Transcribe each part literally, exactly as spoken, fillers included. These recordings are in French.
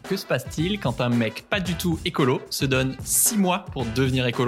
Que se passe-t-il quand un mec pas du tout écolo se donne six mois pour devenir écolo ?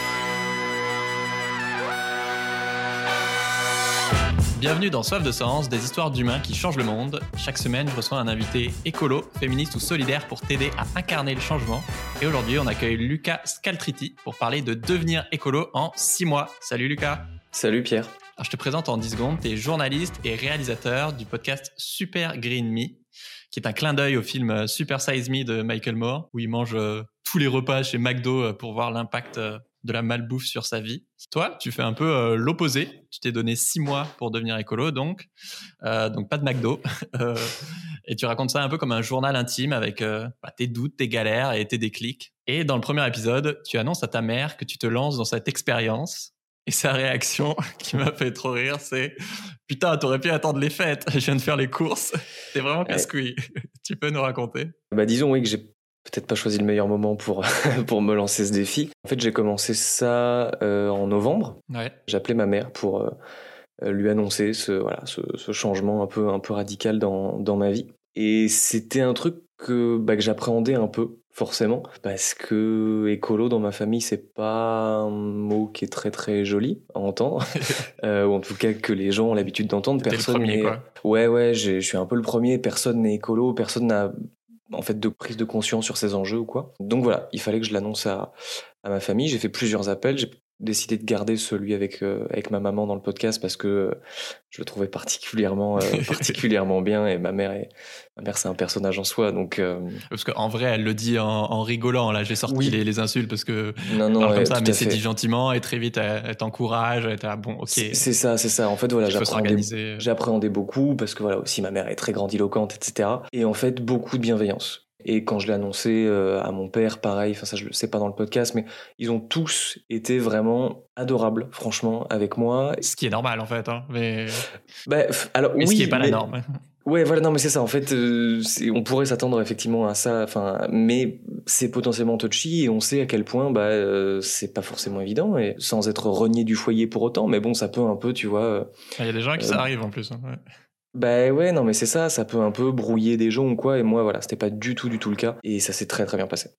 Bienvenue dans Soif de Sens, des histoires d'humains qui changent le monde. Chaque semaine, je reçois un invité écolo, féministe ou solidaire pour t'aider à incarner le changement. Et aujourd'hui, on accueille Luca Scaltriti pour parler de devenir écolo en six mois. Salut Lucas. Salut Pierre. Alors, je te présente en dix secondes. Tu es journaliste et réalisateur du podcast Super Green Me, qui est un clin d'œil au film Super Size Me de Michael Moore, où il mange euh, tous les repas chez McDo euh, pour voir l'impact euh, de la malbouffe sur sa vie. Toi, tu fais un peu euh, l'opposé. Tu t'es donné six mois pour devenir écolo, donc, euh, donc pas de McDo. euh, et tu racontes ça un peu comme un journal intime avec euh, bah, tes doutes, tes galères et tes déclics. Et dans le premier épisode, tu annonces à ta mère que tu te lances dans cette expérience. Et sa réaction, qui m'a fait trop rire, c'est « Putain, t'aurais pu attendre les fêtes, je viens de faire les courses. » T'es vraiment casse-couille. Ouais. Tu peux nous raconter ? Bah disons oui que j'ai peut-être pas choisi le meilleur moment pour, pour me lancer ce défi. En fait, j'ai commencé ça euh, en novembre. Ouais. J'appelais ma mère pour euh, lui annoncer ce, voilà, ce, ce changement un peu, un peu radical dans, dans ma vie. Et c'était un truc que, bah, que j'appréhendais un peu, forcément, parce que écolo dans ma famille, c'est pas un mot qui est très très joli à entendre, euh, ou en tout cas que les gens ont l'habitude d'entendre. T'étais Personne le premier, n'est... quoi. Ouais, ouais, j'ai, je suis un peu le premier, personne n'est écolo, personne n'a en fait de prise de conscience sur ces enjeux ou quoi. Donc voilà, il fallait que je l'annonce à, à ma famille. J'ai fait plusieurs appels, j'ai décidé de garder celui avec euh, avec ma maman dans le podcast parce que euh, je le trouvais particulièrement euh, particulièrement bien, et ma mère est ma mère c'est un personnage en soi, donc euh... parce qu'en vrai elle le dit en, en rigolant. Là j'ai sorti oui. les, les insultes parce que non non parle ouais, comme ça, mais c'est fait. dit gentiment et très vite elle, elle t'encourage, elle était là, bon ok c'est, c'est ça c'est ça en fait voilà, j'appréhendais, j'appréhendais beaucoup parce que voilà aussi ma mère est très grandiloquente, etc., et en fait beaucoup de bienveillance. Et quand je l'ai annoncé euh, à mon père, pareil, enfin ça je le sais pas dans le podcast, mais ils ont tous été vraiment adorables, franchement, avec moi. Ce qui est normal en fait, hein, mais. Bah, alors mais oui, ce qui est pas mais... la norme. Ouais, voilà, non, mais c'est ça. En fait, euh, c'est, on pourrait s'attendre effectivement à ça. Enfin, mais c'est potentiellement touchy et on sait à quel point, bah, euh, c'est pas forcément évident, et sans être renié du foyer pour autant. Mais bon, ça peut un peu, tu vois. Il y a des gens qui euh, ça arrive en plus. Hein, ouais. Bah ouais, non mais c'est ça, ça peut un peu brouiller des gens ou quoi, et moi voilà, c'était pas du tout du tout le cas, et ça s'est très très bien passé.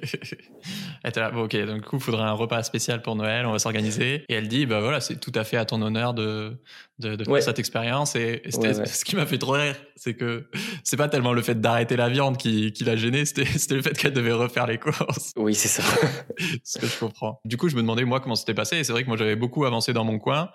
Elle était là, bon, ok, donc du coup, il faudrait un repas spécial pour Noël, on va s'organiser. Et elle dit, bah voilà, c'est tout à fait à ton honneur de, de, de faire ouais. cette expérience. Et, et c'était, ouais, ouais. ce qui m'a fait trop rire, c'est que c'est pas tellement le fait d'arrêter la viande qui, qui l'a gênée, c'était, c'était le fait qu'elle devait refaire les courses. Oui, c'est ça. Ce que je comprends. Du coup, je me demandais, moi, comment c'était passé. Et c'est vrai que moi, j'avais beaucoup avancé dans mon coin.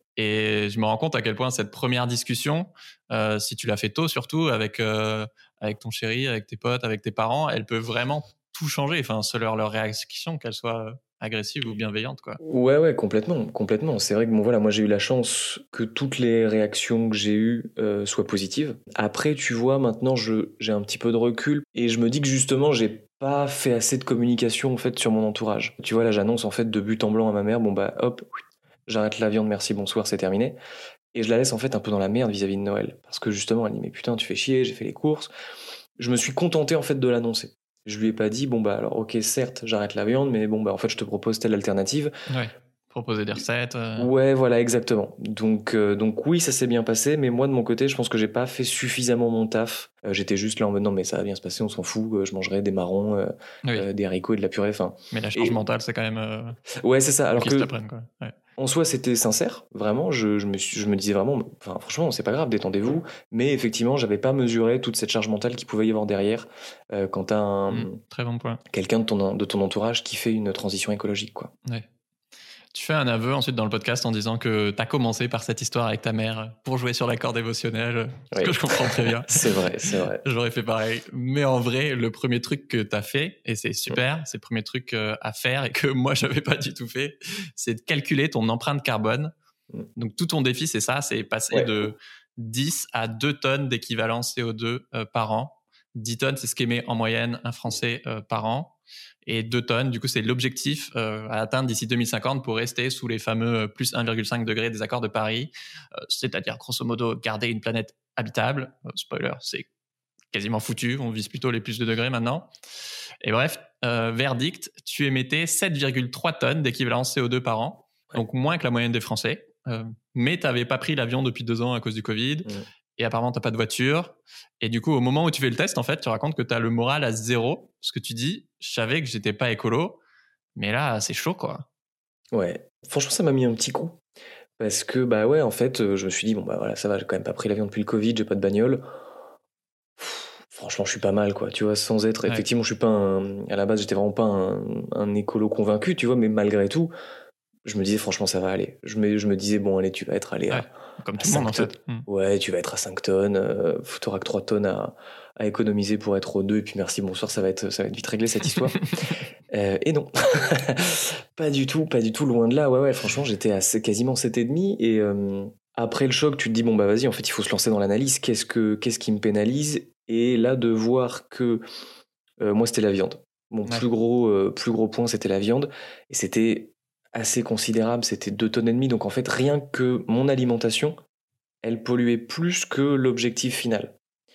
Et je me rends compte à quel point cette première discussion, euh, si tu l'as fait tôt surtout, avec, euh, avec ton chéri, avec tes potes, avec tes parents, elle peut vraiment tout changer. Enfin, c'est leur, leur réaction, qu'elle soit agressive ou bienveillante, quoi. Ouais, ouais, complètement, complètement. C'est vrai que bon, voilà, moi j'ai eu la chance que toutes les réactions que j'ai eues euh, soient positives. Après, tu vois, maintenant je, j'ai un petit peu de recul et je me dis que justement, j'ai pas fait assez de communication en fait sur mon entourage. Tu vois, là j'annonce en fait de but en blanc à ma mère, bon bah hop, j'arrête la viande, merci, bonsoir, c'est terminé. Et je la laisse en fait un peu dans la merde vis-à-vis de Noël. Parce que justement, elle dit, mais putain, tu fais chier, j'ai fait les courses. Je me suis contenté en fait de l'annoncer. Je lui ai pas dit, bon bah alors ok, certes, j'arrête la viande, mais bon bah en fait, je te propose telle alternative. Ouais, proposer des recettes. Euh... Ouais, voilà, exactement. Donc, euh, donc oui, ça s'est bien passé, mais moi de mon côté, je pense que j'ai pas fait suffisamment mon taf. Euh, j'étais juste là en mode, non mais ça va bien se passer, on s'en fout, euh, je mangerai des marrons, euh, oui. euh, des haricots et de la purée, enfin... Mais la charge et... mentale, c'est quand même... Euh... Ouais, c'est ça, alors qu'ils que... se la prennent, quoi. Ouais. En soi, c'était sincère, vraiment. Je, je, me, suis, je me disais vraiment, enfin, franchement, c'est pas grave, détendez-vous. Mais effectivement, j'avais pas mesuré toute cette charge mentale qu'il pouvait y avoir derrière euh, quand t'as un, mmh, très bon point. Quelqu'un de ton, de ton entourage qui fait une transition écologique, quoi. Ouais. Tu fais un aveu ensuite dans le podcast en disant que t'as commencé par cette histoire avec ta mère pour jouer sur l'accord émotionnel, ce oui. que je comprends très bien. C'est vrai, c'est vrai. J'aurais fait pareil. Mais en vrai, le premier truc que t'as fait, et c'est super, mmh. c'est le premier truc à faire et que moi, j'avais pas du tout fait, c'est de calculer ton empreinte carbone. Mmh. Donc, tout ton défi, c'est ça, c'est passer ouais. de dix à deux tonnes d'équivalent C O deux euh, par an. dix tonnes, c'est ce qu'émet en moyenne un Français euh, par an. Et deux tonnes, du coup, c'est l'objectif euh, à atteindre d'ici deux mille cinquante pour rester sous les fameux plus un virgule cinq degrés des accords de Paris. Euh, c'est-à-dire, grosso modo, garder une planète habitable. Euh, spoiler, c'est quasiment foutu. On vise plutôt les plus de degrés maintenant. Et bref, euh, verdict, tu émettais sept virgule trois tonnes d'équivalent C O deux par an. Ouais. Donc moins que la moyenne des Français. Euh, mais tu n'avais pas pris l'avion depuis deux ans à cause du Covid. Ouais. et apparemment t'as pas de voiture. Et du coup, au moment où tu fais le test, en fait, tu racontes que t'as le moral à zéro. Ce que tu dis, je savais que j'étais pas écolo, mais là, c'est chaud, quoi. Ouais, franchement, ça m'a mis un petit coup. Parce que, bah ouais, en fait, euh, je me suis dit, bon, bah voilà, ça va, j'ai quand même pas pris l'avion depuis le Covid, j'ai pas de bagnole. Pff, franchement, je suis pas mal, quoi, tu vois, sans être. Ouais. Effectivement, je suis pas un. À la base, j'étais vraiment pas un, un écolo convaincu, tu vois, mais malgré tout, je me disais, franchement, ça va aller. Je me, je me disais, bon, allez, tu vas être allé Ouais. à, Comme à tout le monde, en cinq tonnes. fait. Mm. Ouais, tu vas être à cinq tonnes, euh, t'auras que trois tonnes à, à économiser pour être aux deux, et puis merci, bonsoir, ça va être, ça va être vite réglé cette histoire. Euh, et non, pas du tout, pas du tout, loin de là. Ouais, ouais, franchement, j'étais à c- quasiment sept virgule cinq. Et euh, après le choc, tu te dis, bon, bah vas-y, en fait, il faut se lancer dans l'analyse. Qu'est-ce, que, qu'est-ce qui me pénalise? Et là, de voir que euh, moi, c'était la viande. Mon Ouais. plus gros, euh, plus gros point, c'était la viande. Et c'était assez considérable, c'était deux tonnes et demie. Donc, en fait, rien que mon alimentation, elle polluait plus que l'objectif final.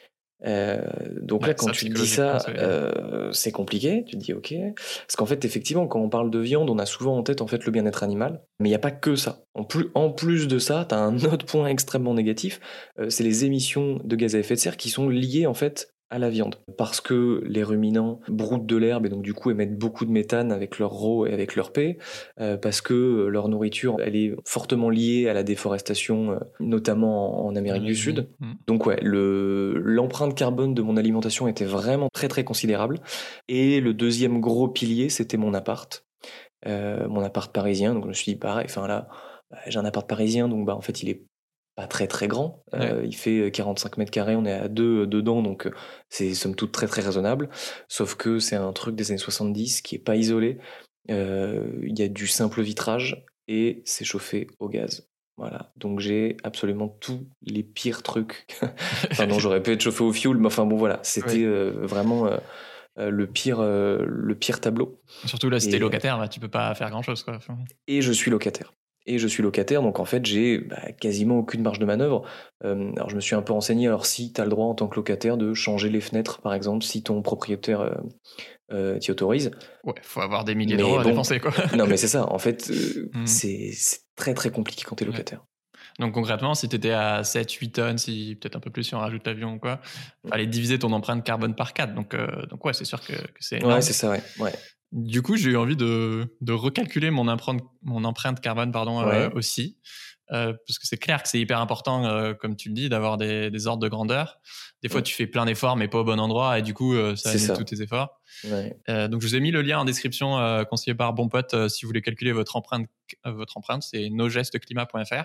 Euh, donc Ouais, là, quand ça, tu te dis psychologiquement, ça, c'est... euh, c'est compliqué. Tu te dis ok, parce qu'en fait, effectivement, quand on parle de viande, on a souvent en tête en fait le bien-être animal, mais il n'y a pas que ça. En plus, en plus de ça, tu as un autre point extrêmement négatif, euh, c'est les émissions de gaz à effet de serre qui sont liées en fait à la viande, parce que les ruminants broutent de l'herbe et donc du coup émettent beaucoup de méthane avec leur rot et avec leur paix, euh, parce que leur nourriture elle est fortement liée à la déforestation, euh, notamment en Amérique du L'Amazonie. Sud. Mm. Donc ouais, le, l'empreinte carbone de mon alimentation était vraiment très très considérable. Et le deuxième gros pilier, c'était mon appart. Euh, mon appart parisien. Donc je me suis dit, pareil, enfin là, bah, j'ai un appart parisien, donc bah en fait il est pas très très grand. Ouais. Euh, il fait quarante-cinq mètres carrés, on est à deux euh, dedans, donc euh, c'est somme toute très très raisonnable. Sauf que c'est un truc des années soixante-dix qui est pas isolé. Euh, Il y a du simple vitrage et c'est chauffé au gaz. Voilà, donc j'ai absolument tous les pires trucs. Enfin non, j'aurais pu être chauffé au fioul, mais enfin bon voilà, c'était Oui. euh, vraiment euh, euh, le pire, euh, le pire tableau. Surtout là, si t'es Et, locataire, bah, tu peux pas faire grand-chose, quoi. Enfin, et je suis locataire. Et je suis locataire, donc en fait j'ai bah, quasiment aucune marge de manœuvre. Euh, alors je me suis un peu renseigné, alors si tu as le droit en tant que locataire de changer les fenêtres, par exemple, si ton propriétaire euh, euh, t'y autorise. ouais, faut avoir des milliers Mais d'euros à bon, dépenser, quoi. euh, non mais c'est ça, en fait, euh, Mm. c'est, c'est très très compliqué quand t'es Ouais. locataire. Donc concrètement, si tu étais à sept huit tonnes, si peut-être un peu plus si on rajoute l'avion ou quoi, fallait diviser ton empreinte carbone par quatre. Donc, euh, donc ouais, c'est sûr que, que c'est Ouais, énorme. c'est ça, ouais. Ouais. Du coup, j'ai eu envie de, de recalculer mon empreinte, mon empreinte carbone pardon, euh, Ouais. aussi. Euh, parce que c'est clair que c'est hyper important, euh, comme tu le dis, d'avoir des, des ordres de grandeur. Des fois, Mm. tu fais plein d'efforts, mais pas au bon endroit, et du coup, euh, ça C'est annule ça. tous tes efforts. Ouais. Euh, donc, je vous ai mis le lien en description, euh, conseillé par Bon Pote, euh, si vous voulez calculer votre empreinte. Euh, votre empreinte, c'est nosgestesclimat point f r.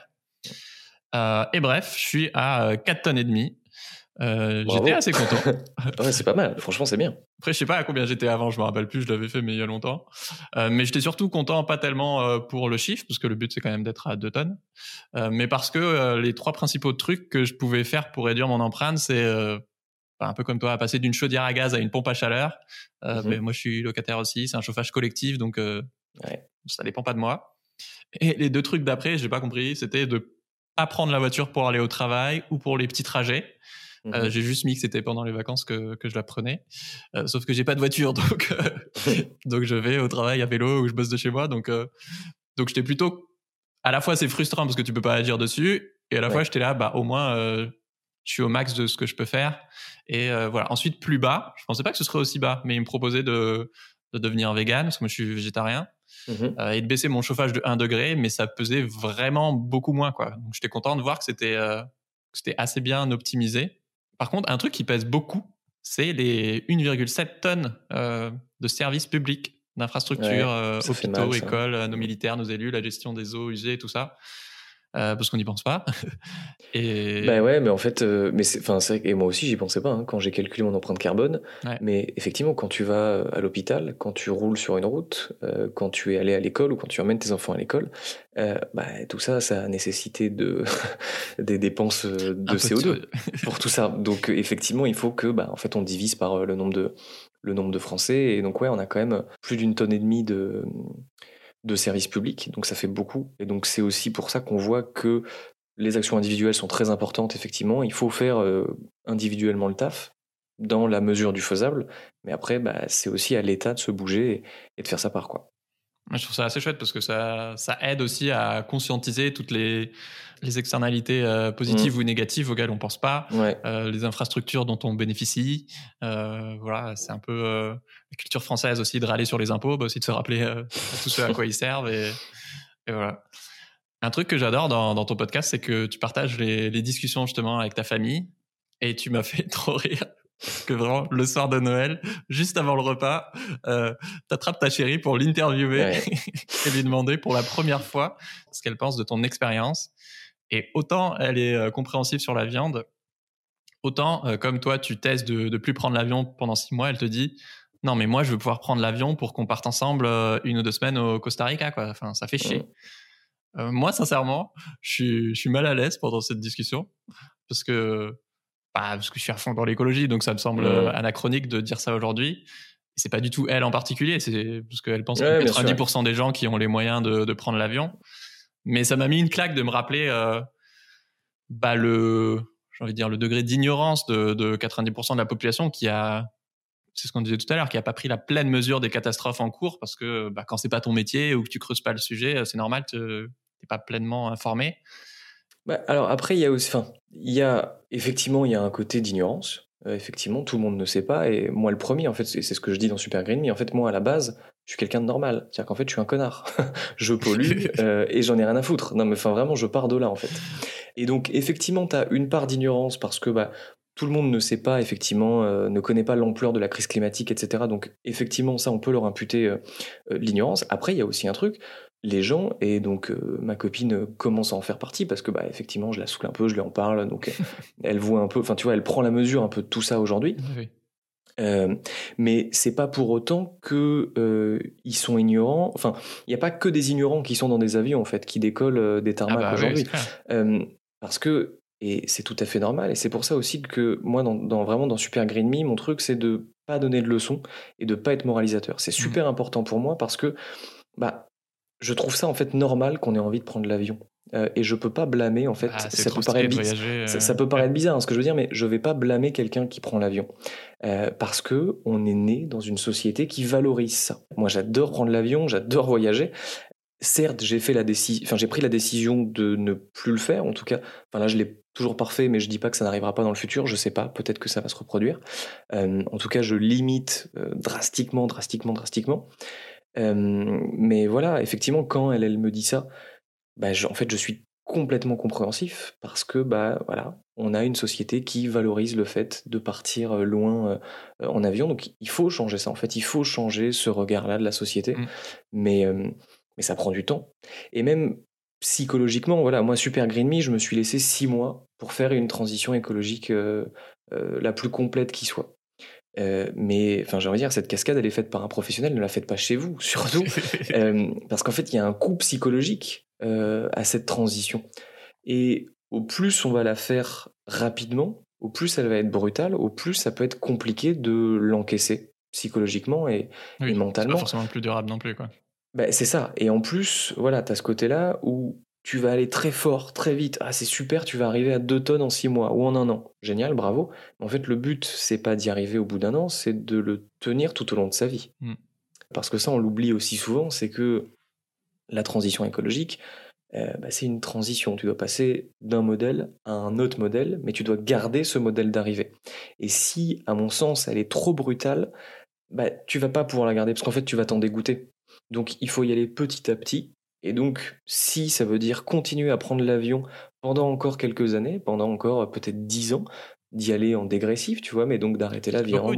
Euh, et bref, je suis à euh, quatre tonnes et demie. Euh, j'étais Bravo. assez content. Ouais, c'est pas mal. Franchement, c'est bien. Après, je sais pas à combien j'étais avant, je me rappelle plus, je l'avais fait, mais il y a longtemps. Euh, mais j'étais surtout content, pas tellement euh, pour le chiffre, parce que le but, c'est quand même d'être à deux tonnes, euh, mais parce que euh, les trois principaux trucs que je pouvais faire pour réduire mon empreinte, c'est euh, un peu comme toi, passer d'une chaudière à gaz à une pompe à chaleur. Euh, Mhm. ben, moi, je suis locataire aussi, c'est un chauffage collectif, donc euh, Ouais. ça dépend pas de moi. Et les deux trucs d'après, j'ai pas compris, c'était de pas prendre la voiture pour aller au travail ou pour les petits trajets. Euh, Mhm. j'ai juste mis que c'était pendant les vacances que, que je la prenais. Euh, sauf que j'ai pas de voiture, donc, euh, donc je vais au travail à vélo ou je bosse de chez moi. Donc, euh, donc j'étais plutôt. À la fois, c'est frustrant parce que tu peux pas agir dessus. Et à la Ouais. fois, j'étais là, bah, au moins, euh, je suis au max de ce que je peux faire. Et euh, voilà. Ensuite, plus bas. Je pensais pas que ce serait aussi bas, mais il me proposait de, de devenir vegan parce que moi, je suis végétarien. Mhm. Euh, et de baisser mon chauffage de un degré, mais ça pesait vraiment beaucoup moins, quoi. Donc, j'étais content de voir que c'était, euh, que c'était assez bien optimisé. Par contre, un truc qui pèse beaucoup, c'est les une virgule sept tonnes euh, de services publics, d'infrastructures, Ouais. euh, Ça fait mal, hôpitaux, ça. écoles, euh, nos Mhm. militaires, nos élus, la gestion des eaux usées, tout ça, euh, parce qu'on n'y pense pas. Bah Et ouais, mais en fait, euh, mais c'est, enfin, c'est vrai que, et moi aussi, j'y pensais pas hein, quand j'ai calculé mon empreinte carbone. ouais, Mais effectivement, quand tu vas euh, à l'hôpital, quand tu roules sur une route, euh, quand tu es allé à l'école ou quand tu emmènes tes enfants à l'école, euh, bah, tout ça, ça a nécessité de des dépenses euh, un de peu de C O deux sérieux. pour tout ça. Donc euh, effectivement, il faut que, bah, en fait, on divise par euh, le nombre de le nombre de Français. Et donc ouais, on a quand même plus d'une tonne et demie de de services publics. Donc ça fait beaucoup. Et donc c'est aussi pour ça qu'on voit que les actions individuelles sont très importantes, effectivement. Il faut faire euh, individuellement le taf, dans la mesure du faisable. Mais après, bah, c'est aussi à l'État de se bouger et, et de faire sa part, quoi. Moi, je trouve ça assez chouette parce que ça, ça aide aussi à conscientiser toutes les, les externalités euh, positives mmh. ou négatives auxquelles on pense pas, ouais. euh, les infrastructures dont on bénéficie. Euh, voilà, c'est un peu euh, la culture française aussi de râler sur les impôts, bah aussi de se rappeler euh, à tout ce à quoi ils servent. Et, et voilà. Un truc que j'adore dans, dans ton podcast, c'est que tu partages les, les discussions justement avec ta famille et tu m'as fait trop rire. Que vraiment, le soir de Noël, juste avant le repas, euh, t'attrapes ta chérie pour l'interviewer ouais. et lui demander pour la première fois ce qu'elle pense de ton expérience. Et autant elle est euh, compréhensive sur la viande, autant euh, comme toi, tu testes de ne plus prendre l'avion pendant six mois, elle te dit non, mais moi, je veux pouvoir prendre l'avion pour qu'on parte ensemble euh, une ou deux semaines au Costa Rica, quoi. Enfin, ça fait chier. Mmh. Euh, moi, sincèrement, je suis, je suis mal à l'aise pendant cette discussion parce que Bah, parce que je suis à fond dans l'écologie, donc ça me semble mmh. anachronique de dire ça aujourd'hui. Et c'est pas du tout elle en particulier, c'est parce qu'elle pense ouais, que quatre-vingt-dix pour cent des gens qui ont les moyens de, de prendre l'avion. Mais ça m'a mis une claque de me rappeler euh, bah, le, j'ai envie de dire, le degré d'ignorance de, de quatre-vingt-dix pour cent de la population qui a, c'est ce qu'on disait tout à l'heure, qui a pas pris la pleine mesure des catastrophes en cours parce que bah, quand c'est pas ton métier ou que tu creuses pas le sujet, c'est normal, tu t'es pas pleinement informé. Bah, alors après, il y a aussi, enfin, il y a effectivement, il y a un côté d'ignorance. Euh, effectivement, tout le monde ne sait pas, et moi le premier, en fait, c'est, c'est ce que je dis dans Super Green Me. En fait, moi à la base, je suis quelqu'un de normal. C'est-à-dire qu'en fait, je suis un connard. Je pollue euh, et j'en ai rien à foutre. Non, mais enfin vraiment, je pars de là en fait. Et donc, effectivement, t'as une part d'ignorance parce que bah tout le monde ne sait pas, effectivement, euh, ne connaît pas l'ampleur de la crise climatique, et cetera. Donc, effectivement, ça, on peut leur imputer euh, euh, l'ignorance. Après, il y a aussi un truc. Les gens, et donc euh, ma copine commence à en faire partie parce que bah effectivement je la saoule un peu, je lui en parle, donc elle voit un peu, enfin tu vois, elle prend la mesure un peu de tout ça aujourd'hui. Oui. Euh, mais c'est pas pour autant que euh, ils sont ignorants. Enfin, il y a pas que des ignorants qui sont dans des avions en fait, qui décollent euh, des tarmacs ah bah, aujourd'hui, oui, euh, parce que et c'est tout à fait normal. Et c'est pour ça aussi que moi, dans, dans vraiment dans Super Green Me, mon truc c'est de pas donner de leçons et de pas être moralisateur. C'est super mmh. important pour moi parce que bah je trouve ça en fait normal qu'on ait envie de prendre l'avion. Euh, et je peux pas blâmer en fait. Ah, ça, peut paraître bi- voyager, euh... ça, ça peut paraître bizarre hein, ce que je veux dire, mais je vais pas blâmer quelqu'un qui prend l'avion euh, parce que on est né dans une société qui valorise ça. Moi, j'adore prendre l'avion, j'adore voyager. Certes, j'ai fait la décision, enfin j'ai pris la décision de ne plus le faire. En tout cas, enfin là, je l'ai toujours parfait, mais je dis pas que ça n'arrivera pas dans le futur. Je sais pas, peut-être que ça va se reproduire. Euh, en tout cas, je limite euh, drastiquement, drastiquement, drastiquement. Euh, mais voilà, effectivement, quand elle, elle me dit ça, bah, je, en fait, je suis complètement compréhensif parce que bah voilà, on a une société qui valorise le fait de partir loin euh, en avion. Donc il faut changer ça. En fait, il faut changer ce regard-là de la société. Mmh. Mais euh, mais ça prend du temps. Et même psychologiquement, voilà, moi Super Green Me, je me suis laissé six mois pour faire une transition écologique euh, euh, la plus complète qui soit. Euh, mais enfin, j'ai envie de dire, cette cascade, elle est faite par un professionnel, ne la faites pas chez vous, surtout, euh, parce qu'en fait, il y a un coût psychologique euh, à cette transition. Et au plus on va la faire rapidement, au plus elle va être brutale, au plus ça peut être compliqué de l'encaisser psychologiquement et, oui, et mentalement. C'est pas forcément plus durable non plus, quoi. Bah, c'est ça. Et en plus, voilà, t'as ce côté-là où tu vas aller très fort, très vite. Ah, c'est super, tu vas arriver à deux tonnes en six mois ou en un an. Génial, bravo. Mais en fait, le but, c'est pas d'y arriver au bout d'un an, c'est de le tenir tout au long de sa vie. Mm. Parce que ça, on l'oublie aussi souvent, c'est que la transition écologique, euh, bah, c'est une transition. Tu dois passer d'un modèle à un autre modèle, mais tu dois garder ce modèle d'arrivée. Et si, à mon sens, elle est trop brutale, bah, tu vas pas pouvoir la garder parce qu'en fait, tu vas t'en dégoûter. Donc, il faut y aller petit à petit. Et donc, si ça veut dire continuer à prendre l'avion pendant encore quelques années, pendant encore peut-être dix ans, d'y aller en dégressif, tu vois, mais donc d'arrêter l'avion.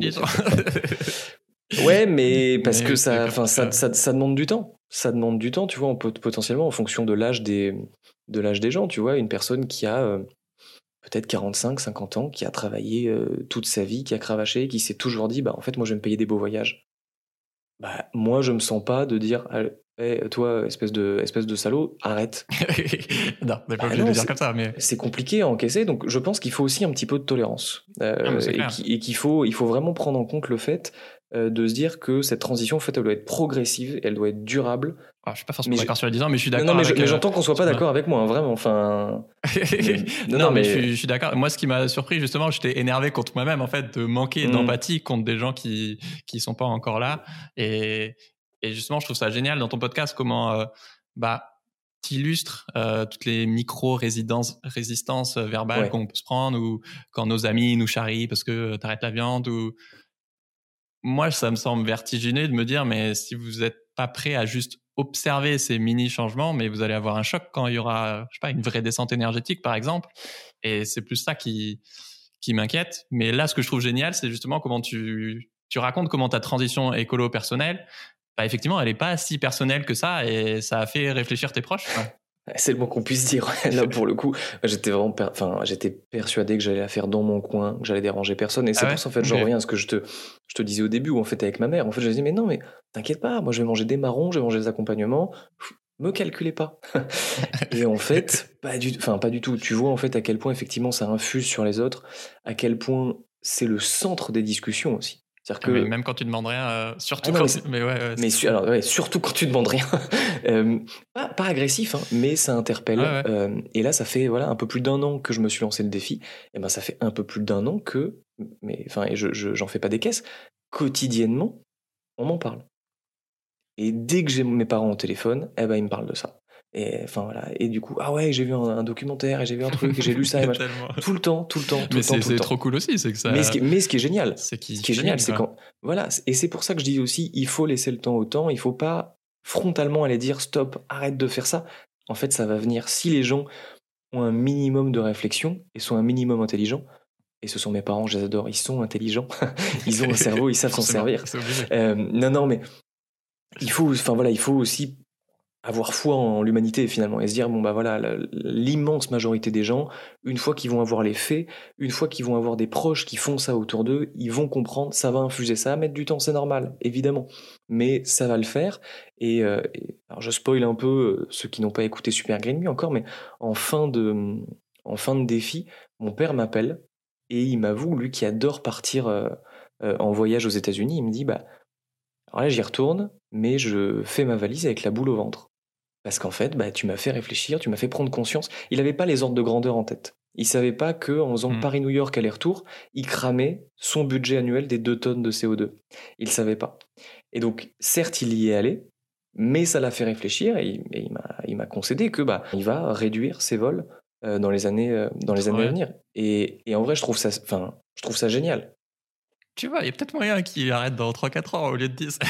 Ouais, mais parce mais que ça, enfin, ça, ça, ça demande du temps. Ça demande du temps, tu vois, on peut potentiellement en fonction de l'âge des, de l'âge des gens, tu vois, une personne qui a euh, peut-être quarante-cinq, cinquante ans, qui a travaillé euh, toute sa vie, qui a cravaché, qui s'est toujours dit, bah, en fait, moi, je vais me payer des beaux voyages. Bah, moi, je me sens pas de dire, hey, toi, espèce de, espèce de salaud, arrête. Non, on n'est pas obligé de dire comme ça, mais c'est compliqué à encaisser. Donc, je pense qu'il faut aussi un petit peu de tolérance euh, ah, et, qui, et qu'il faut, il faut vraiment prendre en compte le fait euh, de se dire que cette transition, en fait, elle doit être progressive, elle doit être durable. Ah, je suis pas forcément mais d'accord je... sur les dix ans, mais je suis d'accord. Non, non mais, avec, je, mais j'entends qu'on soit pas d'accord avec moi, hein, vraiment. Enfin. mais... non, non, non, mais, mais je, suis, je suis d'accord. Moi, ce qui m'a surpris, justement, j'étais énervé contre moi-même, en fait, de manquer mmh. d'empathie contre des gens qui qui sont pas encore là. Et Et justement, je trouve ça génial dans ton podcast comment euh, bah, tu illustres euh, toutes les micro-résistances verbales Ouais. qu'on peut se prendre, ou quand nos amis nous charrient parce que tu arrêtes la viande. Ou... Moi, ça me semble vertigineux de me dire, mais si vous n'êtes pas prêt à juste observer ces mini-changements, mais vous allez avoir un choc quand il y aura, je sais pas, une vraie descente énergétique, par exemple. Et c'est plus ça qui, qui m'inquiète. Mais là, ce que je trouve génial, c'est justement comment tu, tu racontes comment ta transition écolo personnelle, bah, effectivement, elle n'est pas si personnelle que ça, et ça a fait réfléchir tes proches. Quoi. C'est le mot qu'on puisse dire. Là, pour le coup, j'étais vraiment, per... enfin, j'étais persuadé que j'allais la faire dans mon coin, que j'allais déranger personne. Et c'est Ah ouais pour ça, en fait, okay. j'en reviens à ce que je te, je te disais au début, où en fait, avec ma mère, en fait, je disais, mais non, mais t'inquiète pas, moi, je vais manger des marrons, je vais manger des accompagnements. Me calculez pas. Et en fait, pas du, enfin, pas du tout. Tu vois, en fait, à quel point, effectivement, ça infuse sur les autres, à quel point c'est le centre des discussions aussi. C'est-à-dire que... Mais même quand tu demandes rien, euh, surtout ah non, quand mais, tu... mais ouais, ouais, mais su... alors, ouais, surtout quand tu demandes rien. euh, pas, pas agressif, hein, mais ça interpelle. ouais, ouais. Euh, et là, ça fait voilà un peu plus d'un an que je me suis lancé le défi. Et ben, ça fait un peu plus d'un an que, mais enfin, et je, je, j'en fais pas des caisses. Quotidiennement, on m'en parle. Et dès que j'ai mes parents au téléphone, eh ben, ils me parlent de ça. Et enfin voilà. Et du coup, ah ouais, j'ai vu un, un documentaire, et j'ai vu un truc, et j'ai lu ça, et machin. Tout le temps, tout le temps, tout mais le temps, c'est, tout le c'est temps. trop cool aussi, c'est que ça. Mais ce qui, mais ce qui est génial, c'est qui, ce qui est génial, c'est quoi. quand voilà. Et c'est pour ça que je dis aussi, il faut laisser le temps au temps. Il faut pas frontalement aller dire stop, arrête de faire ça. En fait, ça va venir si les gens ont un minimum de réflexion et sont un minimum intelligents. Et ce sont mes parents, je les adore, ils sont intelligents, ils ont un cerveau, ils savent s'en servir. Euh, non, non, mais il faut, enfin voilà, il faut aussi avoir foi en l'humanité finalement et se dire bon bah voilà, l'immense majorité des gens, une fois qu'ils vont avoir les faits, une fois qu'ils vont avoir des proches qui font ça autour d'eux, ils vont comprendre, ça va infuser, ça va mettre du temps, c'est normal évidemment, mais ça va le faire. Et, euh, et alors je spoil un peu ceux qui n'ont pas écouté Super Green Me encore, mais en fin de en fin de défi, mon père m'appelle et il m'avoue, lui qui adore partir euh, euh, en voyage aux États-Unis, il me dit bah alors là j'y retourne, mais je fais ma valise avec la boule au ventre. Parce qu'en fait, bah, tu m'as fait réfléchir, tu m'as fait prendre conscience. Il n'avait pas les ordres de grandeur en tête. Il savait pas qu'en faisant mmh. Paris-New York aller-retour, il cramait son budget annuel des deux tonnes de C O deux. Il savait pas. Et donc, certes, il y est allé, mais ça l'a fait réfléchir et il, et il, m'a, il m'a concédé que bah, il va réduire ses vols euh, dans les années, euh, dans les années ouais. à venir. Et, et en vrai, je trouve ça, enfin, je trouve ça génial. Tu vois, il y a peut-être moyen qu'il arrête dans trois quatre ans au lieu de dix.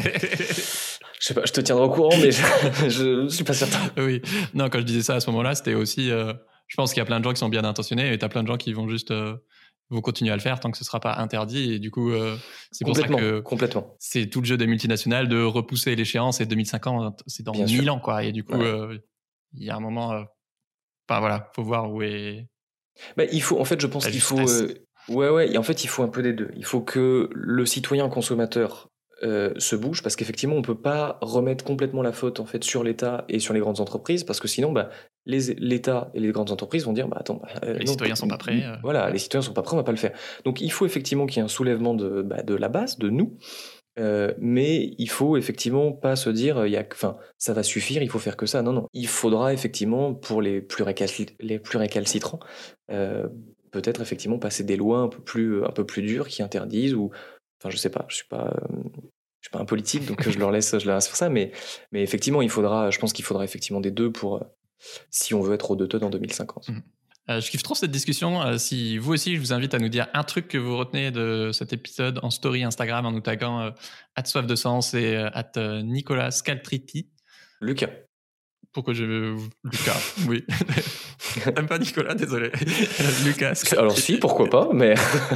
Je sais pas, je te tiendrai au courant, mais je ne suis pas certain. Oui, non, quand je disais ça à ce moment-là, c'était aussi... Euh, je pense qu'il y a plein de gens qui sont bien intentionnés et tu as plein de gens qui vont juste... Euh, vont continuer à le faire tant que ce ne sera pas interdit. Et du coup, euh, c'est pour ça que complètement. c'est tout le jeu des multinationales de repousser l'échéance. Et deux mille cinquante, c'est dans bien mille sûr. Ans, quoi. Et du coup, il ouais. euh, y a un moment... Euh, enfin, voilà, il faut voir où est... Bah, il faut, en fait, je pense qu'il faut... Euh, ouais, ouais, et en fait, il faut un peu des deux. Il faut que le citoyen consommateur euh, se bouge, parce qu'effectivement, on peut pas remettre complètement la faute, en fait, sur l'État et sur les grandes entreprises, parce que sinon, bah, les, l'État et les grandes entreprises vont dire, bah, attends... Bah, euh, les non, citoyens sont pas prêts. Euh... Voilà, les citoyens sont pas prêts, on va pas le faire. Donc, il faut effectivement qu'il y ait un soulèvement de, bah, de la base, de nous, Euh, mais il faut effectivement pas se dire, il y a, enfin, ça va suffire, il faut faire que ça. Non, non. Il faudra effectivement, pour les plus, récal- les plus récalcitrants, euh, peut-être effectivement passer des lois un peu plus, un peu plus dures qui interdisent, ou, enfin, je sais pas, je suis pas, euh, je suis pas un politique, donc je leur laisse, je leur laisse faire ça, mais, mais effectivement, il faudra, je pense qu'il faudra effectivement des deux pour, euh, si on veut être aux deux tonnes en deux mille cinquante. Mmh. Euh, je kiffe trop cette discussion. Euh, si vous aussi, je vous invite à nous dire un truc que vous retenez de cet épisode en story Instagram en nous taguant euh, at soif de sens et euh, at euh, Nicolas Scaltriti. Lucas. Pourquoi je veux... Lucas, oui. T'aimes pas Nicolas, désolé. Lucas Scaltriti. Alors si, pourquoi pas, mais...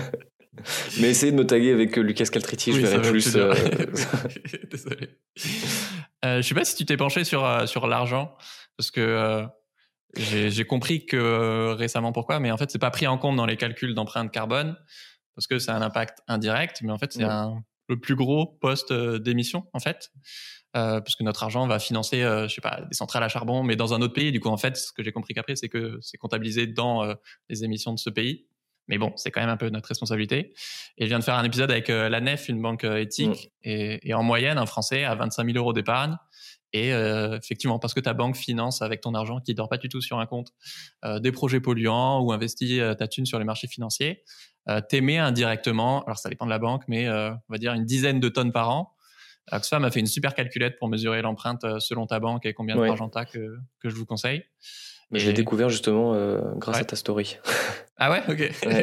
mais essayez de me taguer avec Lucas Scaltriti, oui, je verrai plus... Euh... désolé. Euh, je sais pas si tu t'es penché sur, euh, sur l'argent, parce que... Euh, J'ai, j'ai compris que euh, récemment pourquoi, mais en fait, c'est pas pris en compte dans les calculs d'empreinte carbone parce que c'est un impact indirect, mais en fait, c'est mmh. un, le plus gros poste euh, d'émission, en fait, euh, parce que notre argent va financer, euh, je sais pas, des centrales à charbon, mais dans un autre pays. Du coup, en fait, ce que j'ai compris qu'après, c'est que c'est comptabilisé dans euh, les émissions de ce pays. Mais bon, c'est quand même un peu notre responsabilité. Et je viens de faire un épisode avec euh, la N E F, une banque euh, éthique, mmh. et, et en moyenne, un Français a vingt-cinq mille euros d'épargne. Et euh, effectivement, parce que ta banque finance avec ton argent qui ne dort pas du tout sur un compte euh, des projets polluants ou investit euh, ta thune sur les marchés financiers, euh, t'émets indirectement, alors ça dépend de la banque, mais euh, on va dire une dizaine de tonnes par an Oxfam a fait une super calculette pour mesurer l'empreinte selon ta banque et combien de Ouais. d'argent t'as que, que je vous conseille. Mais Et- je l'ai découvert justement euh, grâce Ouais. à ta story. Ah ouais, ok. Ouais.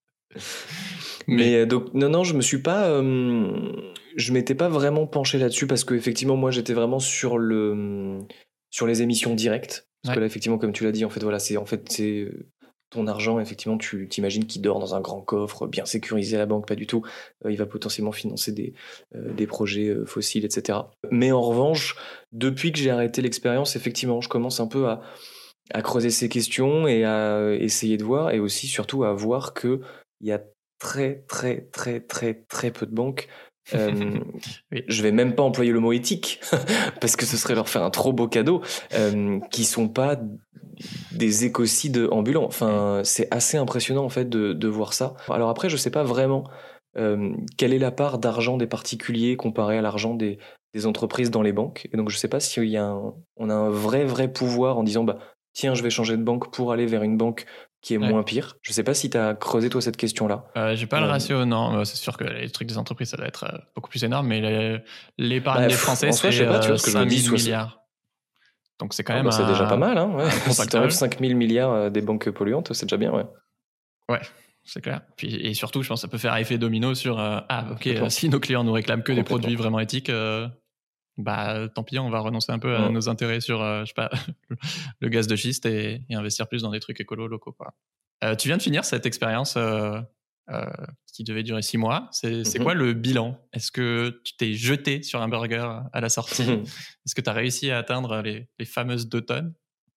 Mais, Mais euh, donc non non je me suis pas euh, je m'étais pas vraiment penché là-dessus parce que effectivement moi j'étais vraiment sur le sur les émissions directes parce Ouais. que là effectivement comme tu l'as dit en fait voilà c'est en fait c'est euh, ton argent effectivement tu t'imagines qu'il dort dans un grand coffre bien sécurisé à la banque, pas du tout. Euh, il va potentiellement financer des euh, des projets euh, fossiles, etc. Mais en revanche depuis que j'ai arrêté l'expérience effectivement je commence un peu à à creuser ces questions et à essayer de voir et aussi surtout à voir que il y a très très très très très peu de banques. Euh, oui. je vais même pas employer le mot éthique parce que ce serait leur faire un trop beau cadeau, euh, qui sont pas des écocides ambulants. Enfin, c'est assez impressionnant en fait de, de voir ça. Alors après, je sais pas vraiment euh, quelle est la part d'argent des particuliers comparée à l'argent des, des entreprises dans les banques. Et donc je sais pas si y a un, on a un vrai vrai pouvoir en disant bah tiens, je vais changer de banque pour aller vers une banque qui est Ouais. moins pire. Je sais pas si tu as creusé toi cette question-là. Euh, j'ai pas le Euh, ratio, non. C'est sûr que les trucs des entreprises, ça doit être euh, beaucoup plus énorme, mais les- l'épargne Bah, des pff, Français, en soi, je c'est sais pas, tu vois, euh, ce que je me cinq dis, mille soit- milliards. Donc c'est quand Ah même bah, c'est déjà pas un, mal, hein, ouais. un gros Si t'enlèves pactole. cinq mille milliards euh, des banques polluantes, c'est déjà bien, ouais. Ouais, c'est clair. Puis, et surtout, je pense que ça peut faire effet domino sur euh, ah, ok, Complètement. euh, si nos clients nous réclament que des Complètement. produits vraiment éthiques, euh, bah tant pis, on va renoncer un peu à Mm. nos intérêts sur, euh, je sais pas, le gaz de schiste et, et investir plus dans des trucs écolos locaux, quoi. Euh, tu viens de finir cette expérience euh, euh, qui devait durer six mois. C'est, c'est Mhm. quoi le bilan? Est-ce que tu t'es jeté sur un burger à la sortie? Est-ce que tu as réussi à atteindre les, les fameuses deux tonnes?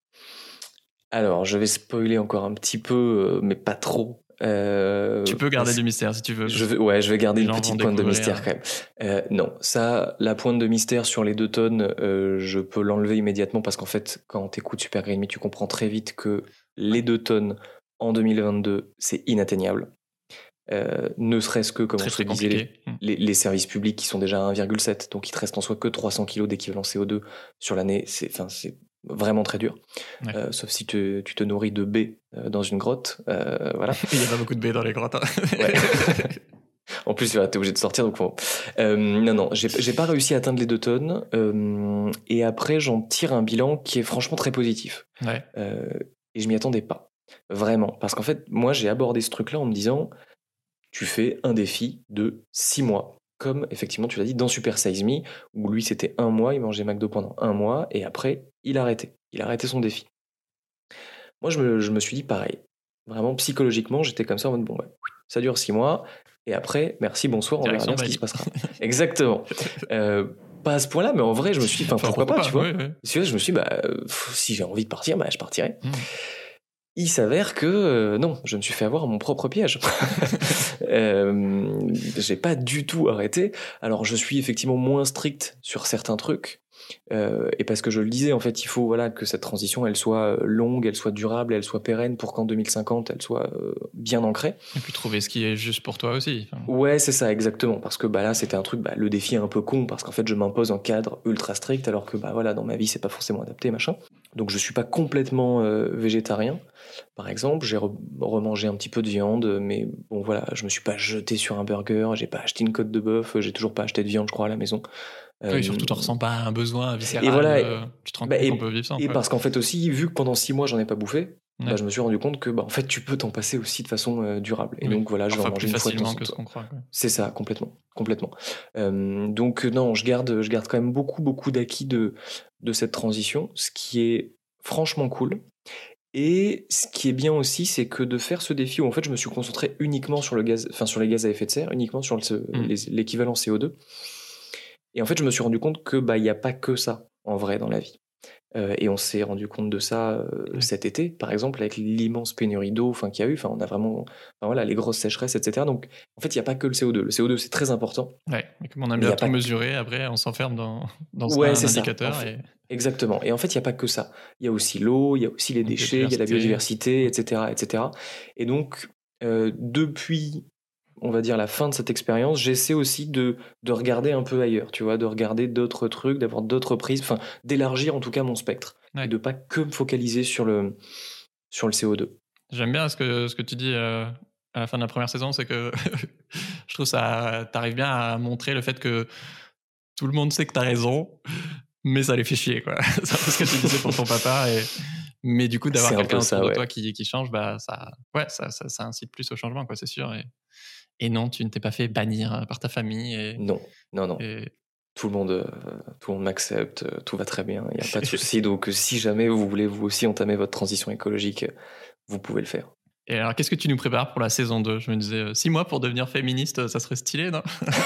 Alors, je vais spoiler encore un petit peu, euh, mais pas trop. Euh, Tu peux garder parce du mystère si tu veux. Je vais, ouais, je vais garder les une gens petite vont pointe de découvrir. mystère quand même. Euh, non, ça, la pointe de mystère sur les deux tonnes, euh, je peux l'enlever immédiatement parce qu'en fait, quand t'écoutes Super Green Me, tu comprends très vite que les deux tonnes en deux mille vingt-deux, c'est inatteignable. Euh, ne serait-ce que, comme Très on se très le disait, les, compliqué. Hmm. les, les services publics qui sont déjà à un virgule sept, donc il te reste en soi que trois cents kilos d'équivalent C O deux sur l'année. C'est, enfin, c'est vraiment très dur. Ouais. Euh, sauf si te- tu te nourris de baies euh, dans une grotte. Euh, voilà. Il y a pas beaucoup de baies dans les grottes. Hein. Ouais. En plus, tu es obligé de sortir, donc bon. Euh, non, non, j'ai j'ai pas réussi à atteindre les deux tonnes. Euh, et après, j'en tire un bilan qui est franchement très positif. Ouais. Euh, et je m'y attendais pas. Vraiment. Parce qu'en fait, moi, j'ai abordé ce truc-là en me disant, tu fais un défi de six mois. Comme, effectivement, tu l'as dit, dans Super Size Me, où lui, c'était un mois, il mangeait McDo pendant un mois, et après, il a arrêté. Il a arrêté son défi. Moi, je me, je me suis dit pareil. Vraiment, psychologiquement, j'étais comme ça en mode, bon, ouais, ça dure six mois, et après, merci, bonsoir, on verra Direction bien ce qui Bali. se passera. Exactement. Euh, pas à ce point-là, mais en vrai, je me suis dit, enfin, Enfin, pourquoi, pas, tu vois. ouais, ouais. Si tu vois, je me suis dit, bah, euh, pff, si j'ai envie de partir, bah, je partirai. Hmm. Il s'avère que euh, non, je me suis fait avoir à mon propre piège. euh, j'ai pas du tout arrêté. Alors je suis effectivement moins strict sur certains trucs. Euh, et parce que je le disais, en fait, il faut voilà que cette transition, elle soit longue, elle soit durable, elle soit pérenne pour qu'en deux mille cinquante, elle soit euh, bien ancrée. Et puis trouver ce qui est juste pour toi aussi. Enfin, Ouais, c'est ça, exactement. Parce que bah là, c'était un truc, bah, le défi est un peu con, parce qu'en fait, je m'impose un cadre ultra strict, alors que bah voilà, dans ma vie, c'est pas forcément adapté, machin. Donc, je suis pas complètement euh, végétarien. Par exemple, j'ai re- remangé un petit peu de viande, mais bon voilà, je me suis pas jeté sur un burger, j'ai pas acheté une côte de bœuf, j'ai toujours pas acheté de viande, je crois, à la maison. oui, Euh, surtout, tu ressens pas un besoin viscéral. et voilà, euh, tu te rends bah, compte et, qu'on peut vivre sans. et quoi. parce qu'en fait aussi, vu que pendant six mois j'en ai pas bouffé, Ouais. bah, je me suis rendu compte que bah, en fait tu peux t'en passer aussi de façon euh, durable. Et Oui. donc voilà, je vais en Parfois manger plus une fois de temps facilement en que ce temps. qu'on croit. quoi. C'est ça, complètement, complètement. Euh, donc non, je garde, je garde quand même beaucoup, beaucoup d'acquis de, de cette transition, ce qui est franchement cool. Et ce qui est bien aussi, c'est que de faire ce défi où en fait je me suis concentré uniquement sur le gaz, enfin sur les gaz à effet de serre, uniquement sur le- Mm. les- l'équivalent C O deux. Et en fait, je me suis rendu compte que bah il y a pas que ça en vrai dans la vie. Euh, et on s'est rendu compte de ça euh, Ouais. cet été, par exemple, avec l'immense pénurie d'eau enfin, qu'il y a eu. Enfin, on a vraiment enfin, voilà, les grosses sécheresses, et cetera. Donc, en fait, il n'y a pas que le C O deux. Le C O deux, c'est très important. Ouais. Et comme on aime Mais y bien a tout pas que- mesurer, après, on s'enferme dans, dans Ouais, un c'est ça. indicateur. En fait, et... exactement. Et en fait, il n'y a pas que ça. Il y a aussi l'eau, il y a aussi les La déchets, il y a la biodiversité. biodiversité, et cetera, et cetera. Et donc, euh, depuis, on va dire, la fin de cette expérience, j'essaie aussi de, de regarder un peu ailleurs, tu vois, de regarder d'autres trucs, d'avoir d'autres prises, enfin, d'élargir en tout cas mon spectre. Ouais. Et de pas que me focaliser sur le, sur le C O deux. J'aime bien ce que, ce que tu dis euh, à la fin de la première saison, c'est que je trouve ça, t'arrives bien à montrer le fait que tout le monde sait que t'as raison, mais ça les fait chier, quoi. C'est un peu ce que tu disais pour ton papa. Et... Mais du coup, d'avoir C'est un quelqu'un peu autour ça, de ouais. toi qui, qui change, bah, ça, ouais, ça, ça, ça incite plus au changement, quoi, c'est sûr. Et, et non, tu ne t'es pas fait bannir par ta famille. Et, Non, non, non. et... Tout le monde, euh, tout le monde m'accepte, euh, tout va très bien, il n'y a pas de souci. Donc, euh, si jamais vous voulez vous aussi entamer votre transition écologique, euh, vous pouvez le faire. Et alors, qu'est-ce que tu nous prépares pour la saison deux? Je me disais, euh, six mois pour devenir féministe, ça serait stylé, non?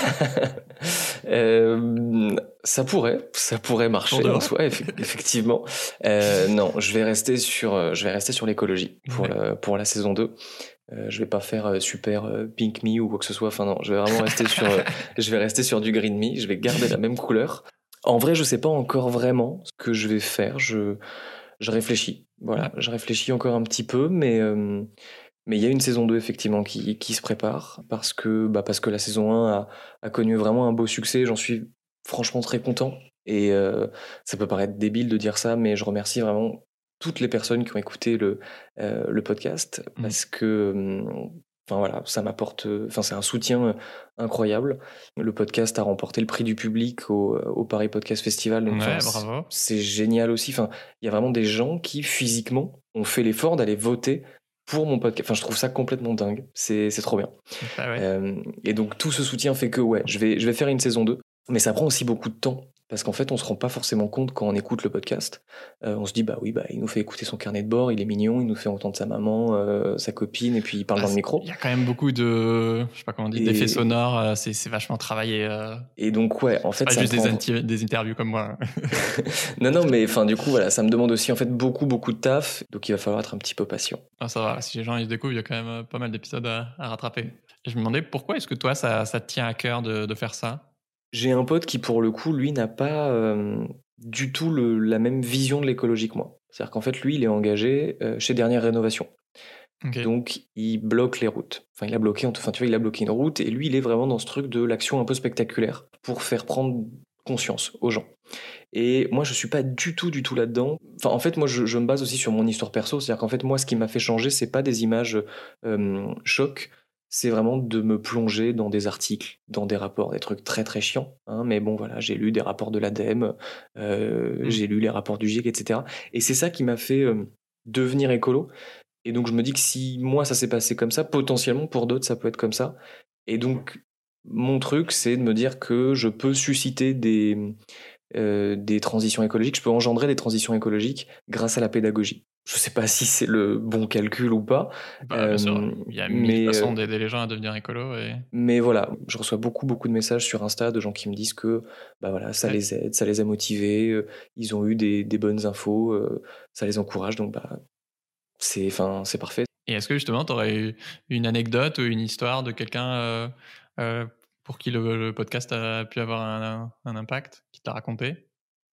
euh, ça pourrait, ça pourrait marcher en soi, eff- effectivement. Euh, non, je vais rester sur, euh, je vais rester sur l'écologie pour, ouais. la, pour la saison deux. Euh, je vais pas faire euh, super euh, pink me ou quoi que ce soit. Enfin non, je vais vraiment rester sur, euh, je vais rester sur du green me. Je vais garder la même couleur. En vrai, je sais pas encore vraiment ce que je vais faire. Je, je réfléchis. Voilà, je réfléchis encore un petit peu, mais euh, mais il y a une saison deux effectivement qui, qui se prépare parce que bah parce que la saison un a, a connu vraiment un beau succès. J'en suis franchement très content. Et euh, ça peut paraître débile de dire ça, mais je remercie vraiment toutes les personnes qui ont écouté le, euh, le podcast parce mmh. que enfin voilà, ça m'apporte, enfin c'est un soutien incroyable. Le podcast a remporté le prix du public au, au Paris Podcast Festival, donc ouais, bravo. C'est génial aussi. Enfin, il y a vraiment des gens qui physiquement ont fait l'effort d'aller voter pour mon podcast. Enfin, je trouve ça complètement dingue. C'est, c'est trop bien. Ah ouais. euh, et donc tout ce soutien fait que ouais, je vais, je vais faire une saison deux, mais ça prend aussi beaucoup de temps. Parce qu'en fait, on se rend pas forcément compte quand on écoute le podcast. Euh, on se dit, bah oui, bah, il nous fait écouter son carnet de bord, il est mignon, il nous fait entendre sa maman, euh, sa copine, et puis il parle bah, dans le micro. Il y a quand même beaucoup de, je sais pas comment on dit, et... d'effets sonores, euh, c'est, c'est vachement travaillé. Euh... Et donc, ouais, en fait, c'est pas ça juste prend... des, inti- des interviews comme moi. non, non, mais enfin, du coup, voilà, ça me demande aussi, en fait, beaucoup, beaucoup de taf. Donc, il va falloir être un petit peu patient. Ah, ça va, si les gens ils se découvrent, il y a quand même pas mal d'épisodes à, à rattraper. Et je me demandais pourquoi est-ce que toi, ça, ça te tient à cœur de, de faire ça? J'ai un pote qui, pour le coup, lui, n'a pas euh, du tout le, la même vision de l'écologie que moi. C'est-à-dire qu'en fait, lui, il est engagé euh, chez Dernière Rénovation. Okay. Donc, il bloque les routes. Enfin, il a bloqué, enfin, tu vois, il a bloqué une route. Et lui, il est vraiment dans ce truc de l'action un peu spectaculaire pour faire prendre conscience aux gens. Et moi, je suis pas du tout, du tout là-dedans. Enfin, en fait, moi, je, je me base aussi sur mon histoire perso. C'est-à-dire qu'en fait, moi, ce qui m'a fait changer, c'est pas des images euh, chocs. C'est vraiment de me plonger dans des articles, dans des rapports, des trucs très très chiants. Hein, mais bon, voilà, j'ai lu des rapports de l'ADEME, euh, mmh. j'ai lu les rapports du GIEC, et cetera. Et c'est ça qui m'a fait euh, devenir écolo. Et donc, je me dis que si moi, ça s'est passé comme ça, potentiellement, pour d'autres, ça peut être comme ça. Et donc, mon truc, c'est de me dire que je peux susciter des, euh, des transitions écologiques, je peux engendrer des transitions écologiques grâce à la pédagogie. Je sais pas si c'est le bon calcul ou pas. Bah, euh, bien sûr, il y a mille mais, façons d'aider les gens à devenir écolo. Et... Mais voilà, je reçois beaucoup, beaucoup de messages sur Insta de gens qui me disent que bah voilà, ça ouais. les aide, ça les a motivés, euh, ils ont eu des, des bonnes infos, euh, ça les encourage, donc bah, c'est, c'est parfait. Et est-ce que justement, tu aurais eu une anecdote ou une histoire de quelqu'un euh, euh, pour qui le, le podcast a pu avoir un, un impact, qui t'a raconté?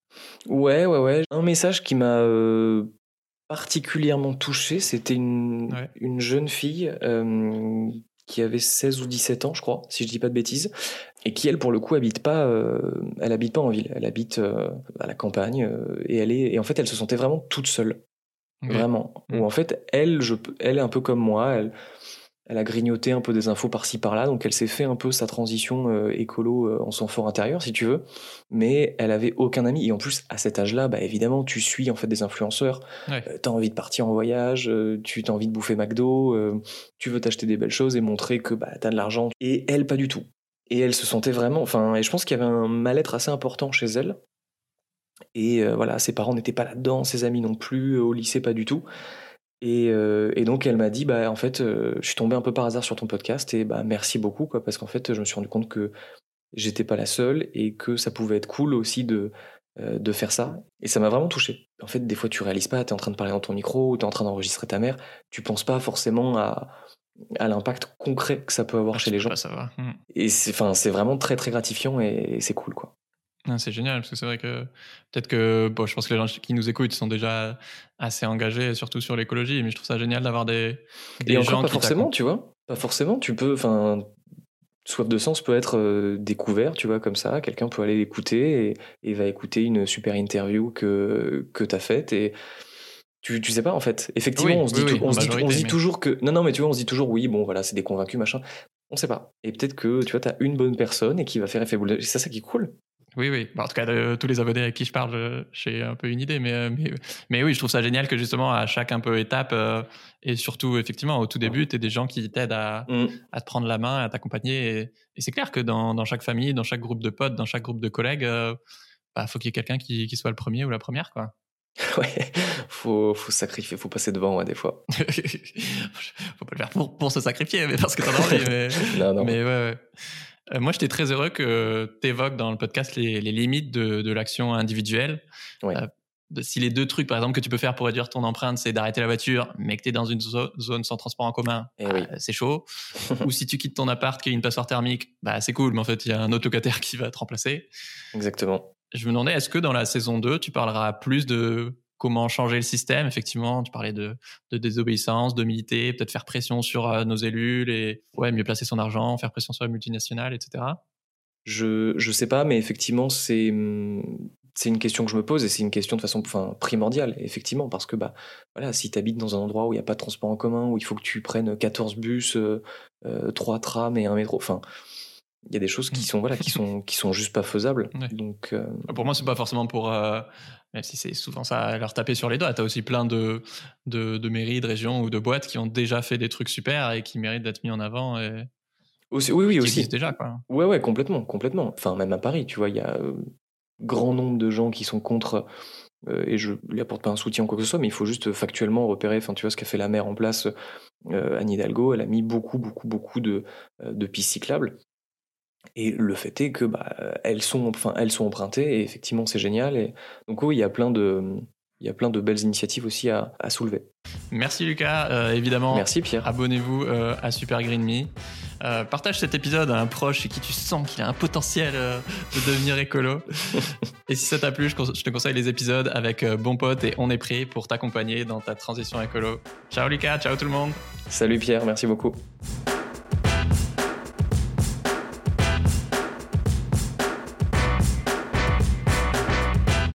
Ouais, ouais, ouais. Un message qui m'a... Euh... particulièrement touché, c'était une, ouais. une jeune fille euh, qui avait seize ou dix-sept ans, je crois, si je dis pas de bêtises, et qui, elle, pour le coup, habite pas, euh, elle habite pas en ville, elle habite euh, à la campagne, euh, et elle est, et en fait, elle se sentait vraiment toute seule, okay. vraiment. Mmh. Où en fait, elle, je, elle est un peu comme moi, elle, elle a grignoté un peu des infos par-ci par-là, donc elle s'est fait un peu sa transition euh, écolo euh, en son fort intérieur, si tu veux, mais elle avait aucun ami. Et en plus, à cet âge-là, bah, évidemment, tu suis en fait des influenceurs, ouais. euh, t'as envie de partir en voyage, euh, tu t'as envie de bouffer McDo, euh, tu veux t'acheter des belles choses et montrer que bah, t'as de l'argent. Et elle, pas du tout. Et elle se sentait vraiment... Enfin, et je pense qu'il y avait un mal-être assez important chez elle. Et euh, voilà, ses parents n'étaient pas là-dedans, ses amis non plus, au lycée pas du tout. Et, euh, et donc elle m'a dit bah en fait euh, je suis tombée un peu par hasard sur ton podcast et bah merci beaucoup quoi, parce qu'en fait je me suis rendu compte que j'étais pas la seule et que ça pouvait être cool aussi de euh, de faire ça, et ça m'a vraiment touché. En fait des fois tu réalises pas, t'es en train de parler dans ton micro ou t'es en train d'enregistrer ta mère, tu penses pas forcément à à l'impact concret que ça peut avoir ah, chez les gens. Ça va. Mmh. Et c'est enfin c'est vraiment très très gratifiant et, et c'est cool quoi. Non, c'est génial, parce que c'est vrai que peut-être que bon, je pense que les gens qui nous écoutent sont déjà assez engagés, surtout sur l'écologie, mais je trouve ça génial d'avoir des, des et encore gens pas qui forcément, tu vois, pas forcément, tu peux, enfin, Soif de sens peut être euh, découvert, tu vois, comme ça, quelqu'un peut aller l'écouter et, et va écouter une super interview que, que t'as faite et tu, tu sais pas en fait. Effectivement, oui, on se oui, dit, oui, on se dit, on se dit mais... toujours que, non, non, mais tu vois, on se dit toujours, oui, bon, voilà, c'est des convaincus, machin. On sait pas. Et peut-être que, tu vois, t'as une bonne personne et qui va faire effet boule. C'est ça qui est cool. Oui, oui. Bon, en tout cas, de tous les abonnés avec qui je parle, je- j'ai un peu une idée. Mais, mais, mais oui, je trouve ça génial que justement, à chaque un peu étape, euh, et surtout, effectivement, au tout début, tu as des gens qui t'aident à, Mm. à te prendre la main, à t'accompagner. Et, et c'est clair que dans, dans chaque famille, dans chaque groupe de potes, dans chaque groupe de collègues, euh, bah, faut qu'il y ait quelqu'un qui, qui soit le premier ou la première, quoi. Ouais, faut, faut sacrifier, faut passer devant, ouais, des fois. Faut pas le faire pour, pour se sacrifier, mais parce que t'en as envie. Mais, Non, non. mais ouais, ouais. Euh, moi, j'étais très heureux que tu évoques dans le podcast les, les limites de, de l'action individuelle. Ouais. Euh, de- si les deux trucs, par exemple, que tu peux faire pour réduire ton empreinte, c'est d'arrêter la voiture, mais que tu es dans une zo- zone sans transport en commun, Eh bah, oui. c'est chaud. Ou si tu quittes ton appart qui a une passoire thermique, bah, c'est cool, mais en fait, il y a un autolocataire qui va te remplacer. Exactement. Je me demandais, est-ce que dans la saison deux, tu parleras plus de comment changer le système? Effectivement, tu parlais de, de désobéissance, de militer, peut-être faire pression sur euh, nos élus, et ouais, mieux placer son argent, faire pression sur la multinationale, et cetera. Je, je sais pas, mais effectivement, c'est, hum, c'est une question que je me pose et c'est une question de façon enfin, primordiale, effectivement, parce que bah, voilà, si tu habites dans un endroit où il n'y a pas de transport en commun, où il faut que tu prennes quatorze bus, euh, euh, trois trams et un métro, enfin, il y a des choses qui sont, voilà, qui sont, qui sont juste pas faisables. Ouais. Donc, euh, Pour moi, c'est pas forcément pour, euh, même si c'est souvent ça, à leur taper sur les doigts. T'as aussi plein de, de, de mairies, de régions ou de boîtes qui ont déjà fait des trucs super et qui méritent d'être mis en avant et aussi, oui, oui, qui aussi. existent déjà, quoi. Ouais, ouais, complètement, complètement. Enfin, même à Paris, tu vois, il y a euh, grand nombre de gens qui sont contre, euh, et je lui apporte pas un soutien ou quoi que ce soit, mais il faut juste factuellement repérer, enfin, tu vois, ce qu'a fait la maire en place, euh, Anne Hidalgo, elle a mis beaucoup, beaucoup, beaucoup de, euh, de pistes cyclables. Et le fait est que bah, elles sont, enfin, elles sont empruntées, et effectivement, c'est génial. Et donc, oui, il y a plein de, il y a plein de belles initiatives aussi à, à soulever. Merci Lucas. Euh, évidemment, Merci Pierre. abonnez-vous euh, à Super Green Me. Euh, partage cet épisode à un proche chez qui tu sens qu'il a un potentiel euh, de devenir écolo. Et si ça t'a plu, je, con- je te conseille les épisodes avec euh, Bon Pote et On est prêt pour t'accompagner dans ta transition écolo. Ciao Lucas, ciao tout le monde. Salut Pierre, merci beaucoup.